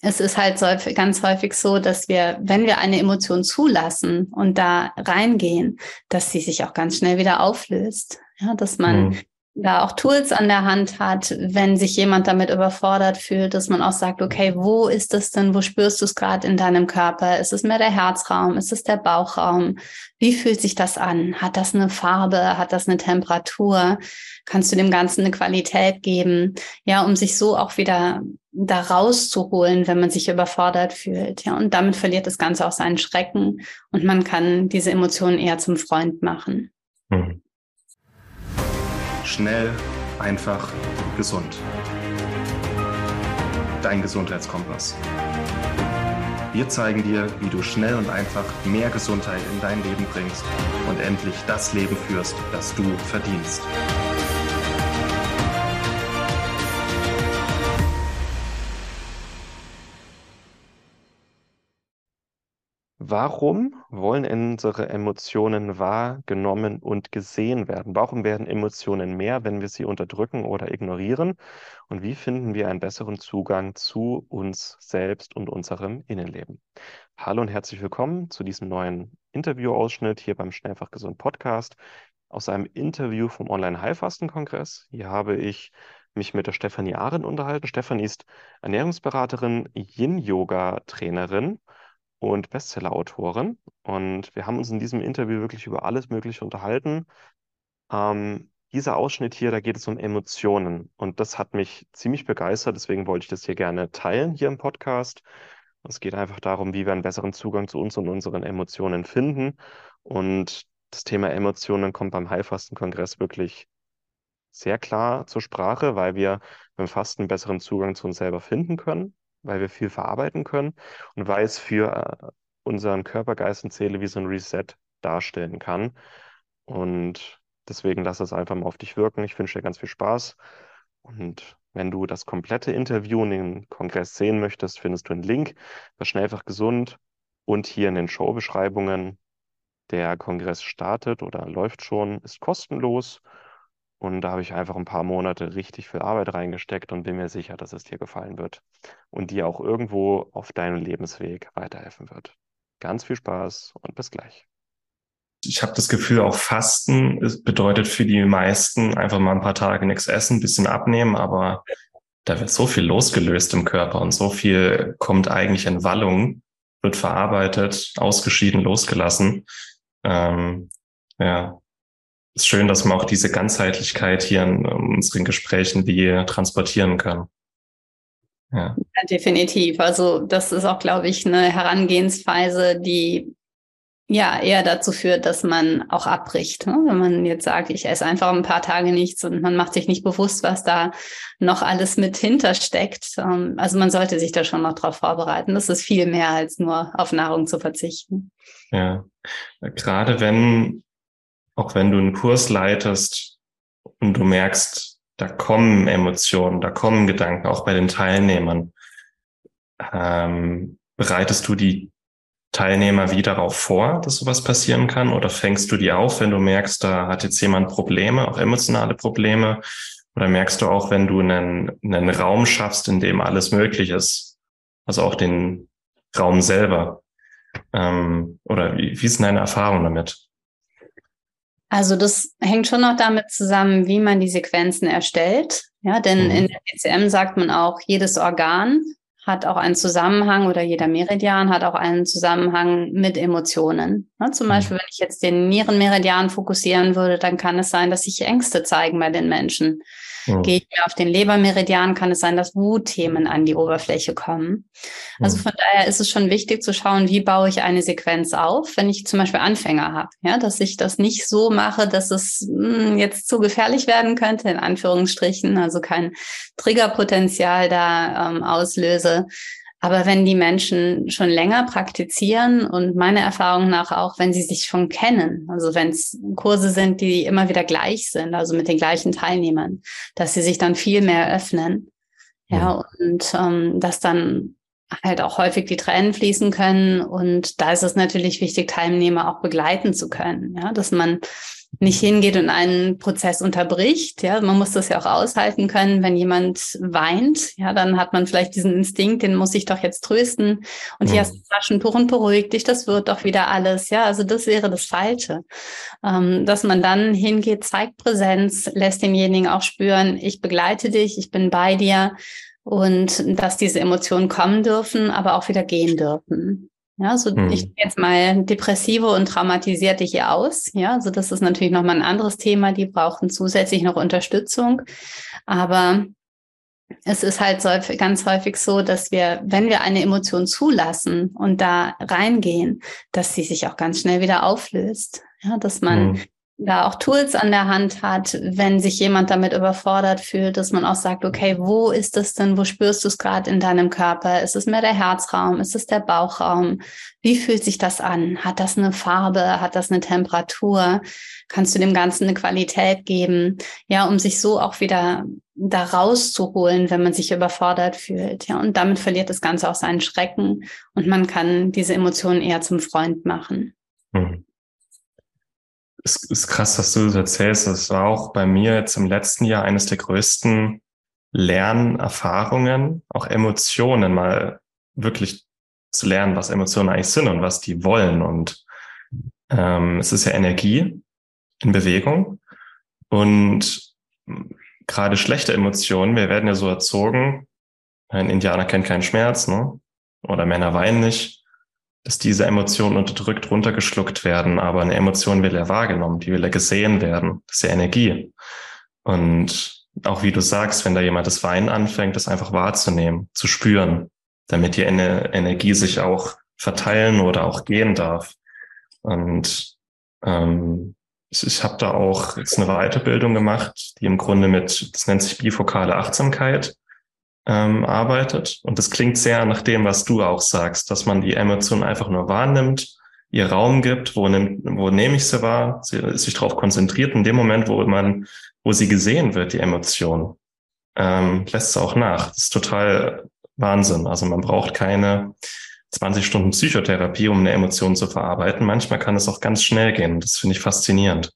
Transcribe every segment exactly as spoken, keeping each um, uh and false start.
es ist halt so, ganz häufig so, dass wir, wenn wir eine Emotion zulassen und da reingehen, dass sie sich auch ganz schnell wieder auflöst. Ja, dass man mhm. da auch Tools an der Hand hat, wenn sich jemand damit überfordert fühlt, dass man auch sagt, okay, wo ist das denn, wo spürst du es gerade in deinem Körper? Ist es mehr der Herzraum? Ist es der Bauchraum? Wie fühlt sich das an? Hat das eine Farbe? Hat das eine Temperatur? Kannst du dem Ganzen eine Qualität geben? Ja, um sich so auch wieder da rauszuholen, wenn man sich überfordert fühlt. Ja, und damit verliert das Ganze auch seinen Schrecken und man kann diese Emotionen eher zum Freund machen. Mhm. Schnell, einfach, gesund. Dein Gesundheitskompass. Wir zeigen dir, wie du schnell und einfach mehr Gesundheit in dein Leben bringst und endlich das Leben führst, das du verdienst. Warum wollen unsere Emotionen wahrgenommen und gesehen werden? Warum werden Emotionen mehr, wenn wir sie unterdrücken oder ignorieren? Und wie finden wir einen besseren Zugang zu uns selbst und unserem Innenleben? Hallo und herzlich willkommen zu diesem neuen Interviewausschnitt hier beim Schnellfach Gesund Podcast aus einem Interview vom Online-Heilfasten-Kongress. Hier habe ich mich mit der Stefanie Arendt unterhalten. Stefanie ist Ernährungsberaterin, Yin-Yoga-Trainerin und Bestseller-Autorin. Und wir haben uns in diesem Interview wirklich über alles Mögliche unterhalten. Ähm, dieser Ausschnitt hier, da geht es um Emotionen. Und das hat mich ziemlich begeistert. Deswegen wollte ich das hier gerne teilen, hier im Podcast. Es geht einfach darum, wie wir einen besseren Zugang zu uns und unseren Emotionen finden. Und das Thema Emotionen kommt beim Heilfasten-Kongress wirklich sehr klar zur Sprache, weil wir beim Fasten einen besseren Zugang zu uns selber finden können, weil wir viel verarbeiten können und weil es für äh, unseren Körper, Geist und Seele wie so ein Reset darstellen kann. Und deswegen lass es einfach mal auf dich wirken. Ich wünsche dir ganz viel Spaß. Und wenn du das komplette Interview und den Kongress sehen möchtest, findest du einen Link bei Schnellfach Gesund und hier in den Showbeschreibungen. Der Kongress startet oder läuft schon, ist kostenlos. Und da habe ich einfach ein paar Monate richtig viel Arbeit reingesteckt und bin mir sicher, dass es dir gefallen wird und dir auch irgendwo auf deinem Lebensweg weiterhelfen wird. Ganz viel Spaß und bis gleich. Ich habe das Gefühl, auch Fasten es bedeutet für die meisten einfach mal ein paar Tage nichts essen, ein bisschen abnehmen, aber da wird so viel losgelöst im Körper und so viel kommt eigentlich in Wallung, wird verarbeitet, ausgeschieden, losgelassen. Ähm, ja. Es ist schön, dass man auch diese Ganzheitlichkeit hier in unseren Gesprächen wie transportieren kann. Ja. Ja, definitiv. Also das ist auch, glaube ich, eine Herangehensweise, die ja eher dazu führt, dass man auch abbricht. Ne? Wenn man jetzt sagt, ich esse einfach ein paar Tage nichts und man macht sich nicht bewusst, was da noch alles mit hintersteckt. Also man sollte sich da schon noch drauf vorbereiten. Das ist viel mehr als nur auf Nahrung zu verzichten. Ja, gerade wenn Auch wenn du einen Kurs leitest und du merkst, da kommen Emotionen, da kommen Gedanken, auch bei den Teilnehmern, ähm, bereitest du die Teilnehmer wie darauf vor, dass sowas passieren kann? Oder fängst du die auf, wenn du merkst, da hat jetzt jemand Probleme, auch emotionale Probleme? Oder merkst du auch, wenn du einen, einen Raum schaffst, in dem alles möglich ist, also auch den Raum selber? Ähm, oder wie, wie ist deine Erfahrung damit? Also das hängt schon noch damit zusammen, wie man die Sequenzen erstellt. Ja, denn mhm. in der T C M sagt man auch, jedes Organ hat auch einen Zusammenhang oder jeder Meridian hat auch einen Zusammenhang mit Emotionen. Ja, zum mhm. Beispiel, wenn ich jetzt den Nierenmeridian fokussieren würde, dann kann es sein, dass sich Ängste zeigen bei den Menschen. Mhm. Gehe ich mir auf den Lebermeridian, kann es sein, dass Wutthemen an die Oberfläche kommen. Also von daher ist es schon wichtig zu schauen, wie baue ich eine Sequenz auf, wenn ich zum Beispiel Anfänger habe, ja, dass ich das nicht so mache, dass es mh, jetzt zu gefährlich werden könnte, in Anführungsstrichen, also kein Triggerpotenzial da ähm, auslöse. Aber wenn die Menschen schon länger praktizieren und meiner Erfahrung nach auch, wenn sie sich schon kennen, also wenn es Kurse sind, die immer wieder gleich sind, also mit den gleichen Teilnehmern, dass sie sich dann viel mehr öffnen, ja, und ähm, dass dann halt auch häufig die Tränen fließen können. Und da ist es natürlich wichtig, Teilnehmer auch begleiten zu können, ja, dass man nicht hingeht und einen Prozess unterbricht. Ja, man muss das ja auch aushalten können, wenn jemand weint. Ja, dann hat man vielleicht diesen Instinkt, den muss ich doch jetzt trösten. Und hier hast du Taschentuch und beruhig dich, das wird doch wieder alles. Ja, also das wäre das Falsche. Ähm, dass man dann hingeht, zeigt Präsenz, lässt denjenigen auch spüren, ich begleite dich, ich bin bei dir und dass diese Emotionen kommen dürfen, aber auch wieder gehen dürfen. Ja, so hm. ich jetzt mal Depressive und Traumatisierte hier aus. Ja, also das ist natürlich nochmal ein anderes Thema. Die brauchen zusätzlich noch Unterstützung. Aber es ist halt ganz häufig so, dass wir, wenn wir eine Emotion zulassen und da reingehen, dass sie sich auch ganz schnell wieder auflöst. Ja, dass man hm. da auch Tools an der Hand hat, wenn sich jemand damit überfordert fühlt, dass man auch sagt, okay, wo ist es denn, wo spürst du es gerade in deinem Körper? Ist es mehr der Herzraum? Ist es der Bauchraum? Wie fühlt sich das an? Hat das eine Farbe? Hat das eine Temperatur? Kannst du dem Ganzen eine Qualität geben? Ja, um sich so auch wieder da rauszuholen, wenn man sich überfordert fühlt. Ja, und damit verliert das Ganze auch seinen Schrecken und man kann diese Emotionen eher zum Freund machen. Hm. Es ist krass, dass du das erzählst. Das war auch bei mir jetzt im letzten Jahr eines der größten Lernerfahrungen, auch Emotionen mal wirklich zu lernen, was Emotionen eigentlich sind und was die wollen. Und ähm, es ist ja Energie in Bewegung. Und gerade schlechte Emotionen, wir werden ja so erzogen, ein Indianer kennt keinen Schmerz, ne? Oder Männer weinen nicht, dass diese Emotionen unterdrückt runtergeschluckt werden, aber eine Emotion will ja wahrgenommen, die will ja gesehen werden. Das ist ja Energie. Und auch wie du sagst, wenn da jemand das Weinen anfängt, das einfach wahrzunehmen, zu spüren, damit die Ener- Energie sich auch verteilen oder auch gehen darf. Und ähm, ich, ich habe da auch jetzt eine Weiterbildung gemacht, die im Grunde mit, das nennt sich bifokale Achtsamkeit, Ähm, arbeitet. Und das klingt sehr nach dem, was du auch sagst, dass man die Emotionen einfach nur wahrnimmt, ihr Raum gibt, wo, nimm, wo nehme ich sie wahr, sie, sich darauf konzentriert. In dem Moment, wo man, wo sie gesehen wird, die Emotion, ähm, lässt sie auch nach. Das ist total Wahnsinn. Also man braucht keine zwanzig Stunden Psychotherapie, um eine Emotion zu verarbeiten. Manchmal kann es auch ganz schnell gehen. Das finde ich faszinierend.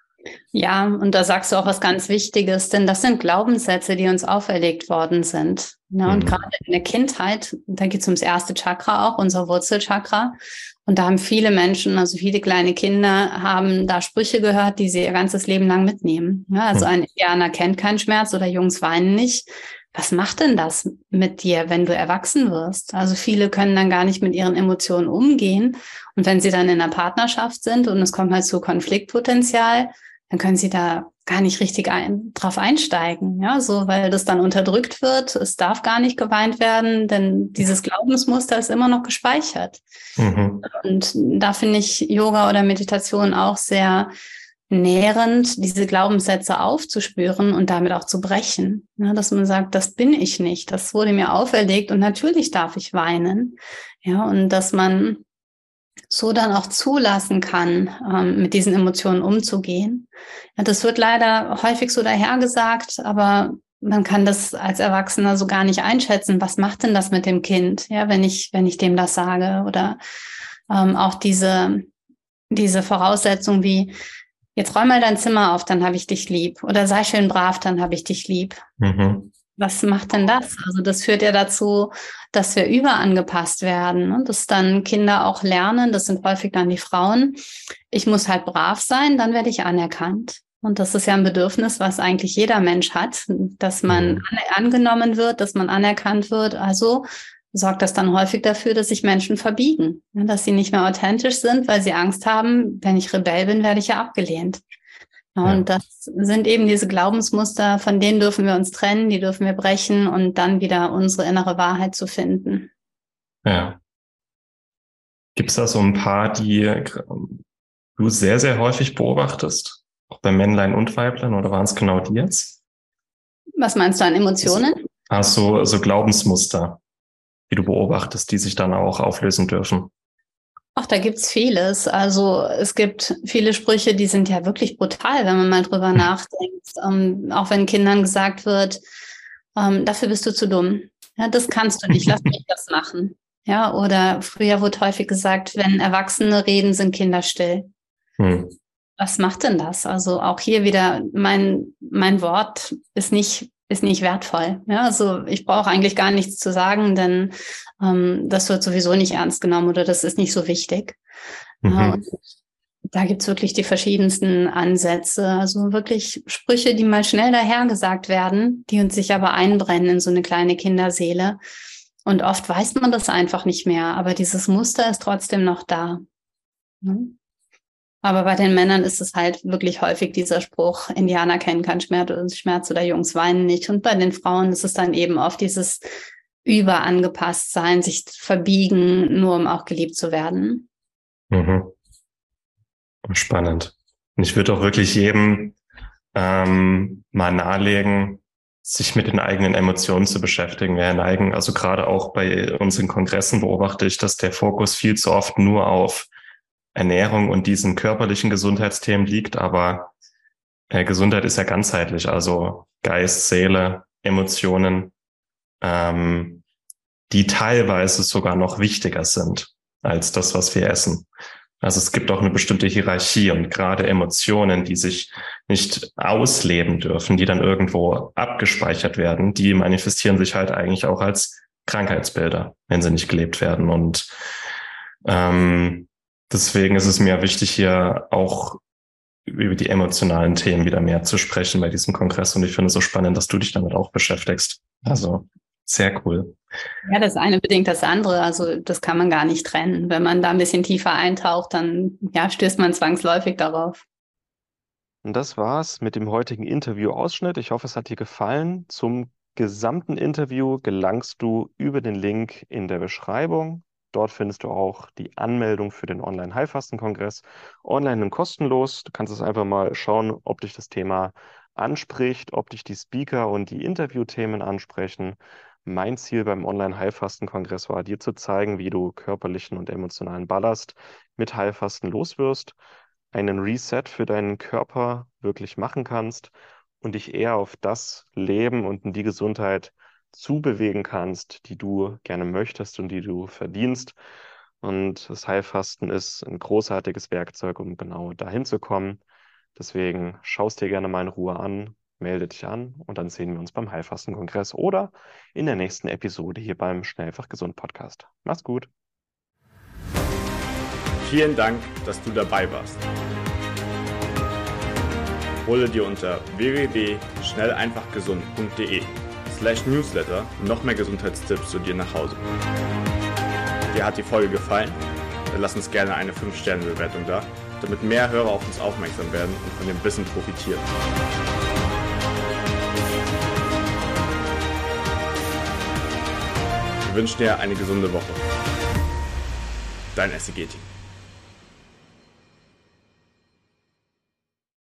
Ja, und da sagst du auch was ganz Wichtiges, denn das sind Glaubenssätze, die uns auferlegt worden sind. Ja, und mhm. gerade in der Kindheit, da geht es ums erste Chakra auch, unser Wurzelchakra. Und da haben viele Menschen, also viele kleine Kinder, haben da Sprüche gehört, die sie ihr ganzes Leben lang mitnehmen. Ja, also mhm. ein Indianer kennt keinen Schmerz oder Jungs weinen nicht. Was macht denn das mit dir, wenn du erwachsen wirst? Also viele können dann gar nicht mit ihren Emotionen umgehen. Und wenn sie dann in einer Partnerschaft sind und es kommt halt zu Konfliktpotenzial, dann können sie da gar nicht richtig ein, drauf einsteigen, ja, so, weil das dann unterdrückt wird. Es darf gar nicht geweint werden, denn dieses Glaubensmuster ist immer noch gespeichert. Mhm. Und da finde ich Yoga oder Meditation auch sehr nährend, diese Glaubenssätze aufzuspüren und damit auch zu brechen. Ja, dass man sagt, das bin ich nicht, das wurde mir auferlegt und natürlich darf ich weinen. Ja, und dass man so dann auch zulassen kann, ähm, mit diesen Emotionen umzugehen. Ja, das wird leider häufig so dahergesagt, aber man kann das als Erwachsener so gar nicht einschätzen. Was macht denn das mit dem Kind, ja, wenn ich, wenn ich dem das sage? Oder ähm, auch diese, diese Voraussetzung wie, jetzt räum mal dein Zimmer auf, dann habe ich dich lieb. Oder sei schön brav, dann habe ich dich lieb. Mhm. Was macht denn das? Also das führt ja dazu, dass wir überangepasst werden und dass dann Kinder auch lernen, das sind häufig dann die Frauen, ich muss halt brav sein, dann werde ich anerkannt. Und das ist ja ein Bedürfnis, was eigentlich jeder Mensch hat, dass man an, angenommen wird, dass man anerkannt wird. Also sorgt das dann häufig dafür, dass sich Menschen verbiegen, dass sie nicht mehr authentisch sind, weil sie Angst haben, wenn ich Rebell bin, werde ich ja abgelehnt. Ja. Und das sind eben diese Glaubensmuster, von denen dürfen wir uns trennen, die dürfen wir brechen und dann wieder unsere innere Wahrheit zu finden. Ja. Gibt es da so ein paar, die du sehr, sehr häufig beobachtest? Auch bei Männlein und Weiblein, oder waren es genau die jetzt? Was meinst du an Emotionen? Ach so, so Glaubensmuster, die du beobachtest, die sich dann auch auflösen dürfen. Ach, da gibt's vieles. Also es gibt viele Sprüche, die sind ja wirklich brutal, wenn man mal drüber hm. nachdenkt. Ähm, auch wenn Kindern gesagt wird, ähm, dafür bist du zu dumm. Ja, das kannst du nicht, lass mich das machen. Ja, oder früher wurde häufig gesagt, wenn Erwachsene reden, sind Kinder still. Hm. was macht denn das? Also auch hier wieder, mein, mein Wort ist nicht, ist nicht wertvoll. Ja, also ich brauche eigentlich gar nichts zu sagen, denn ähm, das wird sowieso nicht ernst genommen oder das ist nicht so wichtig. Mhm. Ja, und da gibt's wirklich die verschiedensten Ansätze. Also wirklich Sprüche, die mal schnell dahergesagt werden, die uns sich aber einbrennen in so eine kleine Kinderseele. Und oft weiß man das einfach nicht mehr, aber dieses Muster ist trotzdem noch da. Mhm. Aber bei den Männern ist es halt wirklich häufig dieser Spruch, Indianer kennen keinen Schmerz, Schmerz oder Jungs weinen nicht. Und bei den Frauen ist es dann eben oft dieses überangepasst sein, sich verbiegen, nur um auch geliebt zu werden. Mhm. Spannend. Und ich würde auch wirklich jedem ähm, mal nahelegen, sich mit den eigenen Emotionen zu beschäftigen. Wir neigen, also gerade auch bei unseren Kongressen beobachte ich, dass der Fokus viel zu oft nur auf Ernährung und diesen körperlichen Gesundheitsthemen liegt, aber äh, Gesundheit ist ja ganzheitlich, also Geist, Seele, Emotionen, ähm, die teilweise sogar noch wichtiger sind als das, was wir essen. Also es gibt auch eine bestimmte Hierarchie und gerade Emotionen, die sich nicht ausleben dürfen, die dann irgendwo abgespeichert werden, die manifestieren sich halt eigentlich auch als Krankheitsbilder, wenn sie nicht gelebt werden. Und ähm, deswegen ist es mir wichtig, hier auch über die emotionalen Themen wieder mehr zu sprechen bei diesem Kongress. Und ich finde es so spannend, dass du dich damit auch beschäftigst. Also sehr cool. Ja, das eine bedingt das andere. Also das kann man gar nicht trennen. Wenn man da ein bisschen tiefer eintaucht, dann ja, stößt man zwangsläufig darauf. Und das war's mit dem heutigen Interview-Ausschnitt. Ich hoffe, es hat dir gefallen. Zum gesamten Interview gelangst du über den Link in der Beschreibung. Dort findest du auch die Anmeldung für den Online-Heilfasten-Kongress. Online und kostenlos. Du kannst es einfach mal schauen, ob dich das Thema anspricht, ob dich die Speaker und die Interviewthemen ansprechen. Mein Ziel beim Online-Heilfasten-Kongress war, dir zu zeigen, wie du körperlichen und emotionalen Ballast mit Heilfasten loswirst, einen Reset für deinen Körper wirklich machen kannst und dich eher auf das Leben und in die Gesundheit zubewegen kannst, die du gerne möchtest und die du verdienst. Und das Heilfasten ist ein großartiges Werkzeug, um genau dahin zu kommen. Deswegen schau es dir gerne mal in Ruhe an, melde dich an und dann sehen wir uns beim Heilfasten-Kongress oder in der nächsten Episode hier beim Schnellfach Gesund Podcast. Mach's gut. Vielen Dank, dass du dabei warst. Hole dir unter w w w punkt schnell einfach gesund punkt de slash newsletter noch mehr Gesundheitstipps zu dir nach Hause. Dir hat die Folge gefallen? Dann lass uns gerne eine fünf Sterne Bewertung da, damit mehr Hörer auf uns aufmerksam werden und von dem Wissen profitieren. Wir wünschen dir eine gesunde Woche. Dein S C G-Team.